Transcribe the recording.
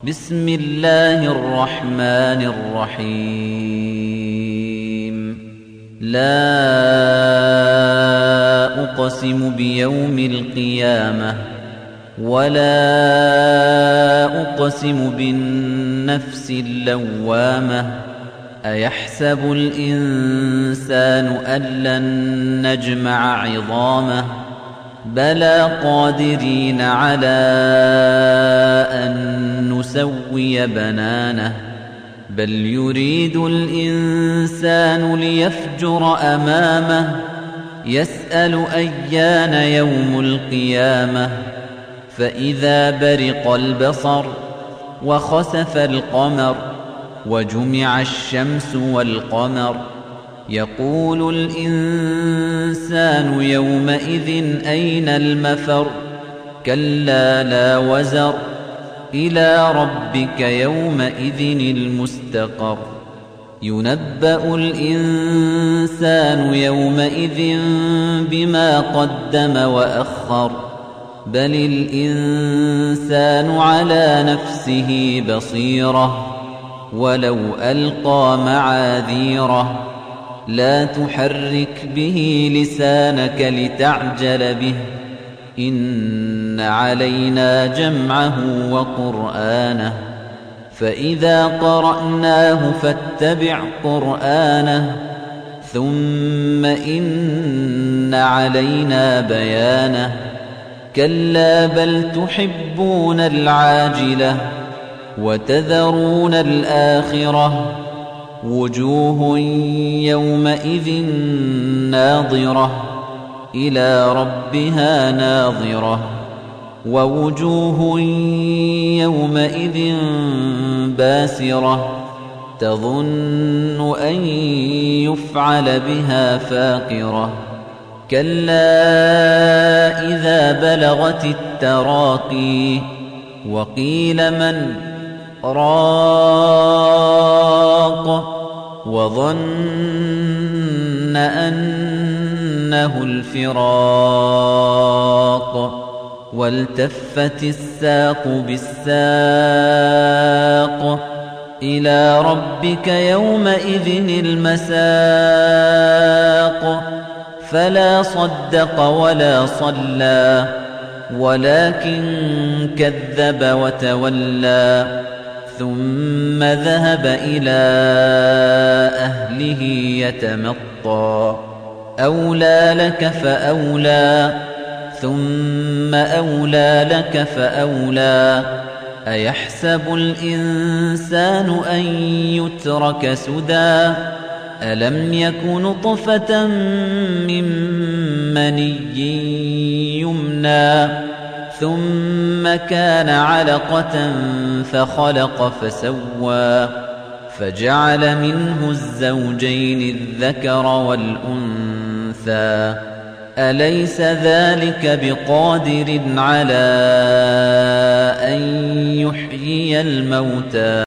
بسم الله الرحمن الرحيم لا أقسم بيوم القيامة ولا أقسم بالنفس اللوامة أيحسب الإنسان أن لن نجمع عظامه بلى قادرين على أن نسوي بنانه بل يريد الإنسان ليفجر أمامه يسأل أيان يوم القيامة فإذا برق البصر وخسف القمر وجمع الشمس والقمر يقول الإنسان يومئذ أين المفر كلا لا وزر إلى ربك يومئذ المستقر ينبأ الإنسان يومئذ بما قدم وأخر بل الإنسان على نفسه بصيرة ولو ألقى معاذيره لا تحرك به لسانك لتعجل به إن علينا جمعه وقرآنه فإذا قرأناه فاتبع قرآنه ثم إن علينا بيانه كلا بل تحبون العاجلة وتذرون الآخرة وجوه يومئذ ناظرة إلى ربها ناظرة ووجوه يومئذ باسرة تظن أن يفعل بها فاقرة كلا إذا بلغت التراقي وقيل من راق وظن أنه الفراق والتفت الساق بالساق إلى ربك يومئذ المساق فلا صدق ولا صلى ولكن كذب وتولى ثم ذهب إلى أهله يتمطى أولى لك فأولى ثم أولى لك فأولى أيحسب الإنسان أن يترك سدى ألم يك نطفة من مني يمنى ثم كان علقة فخلق فسوى فجعل منه الزوجين الذكر والأنثى أليس ذلك بقادر على أن يحيي الموتى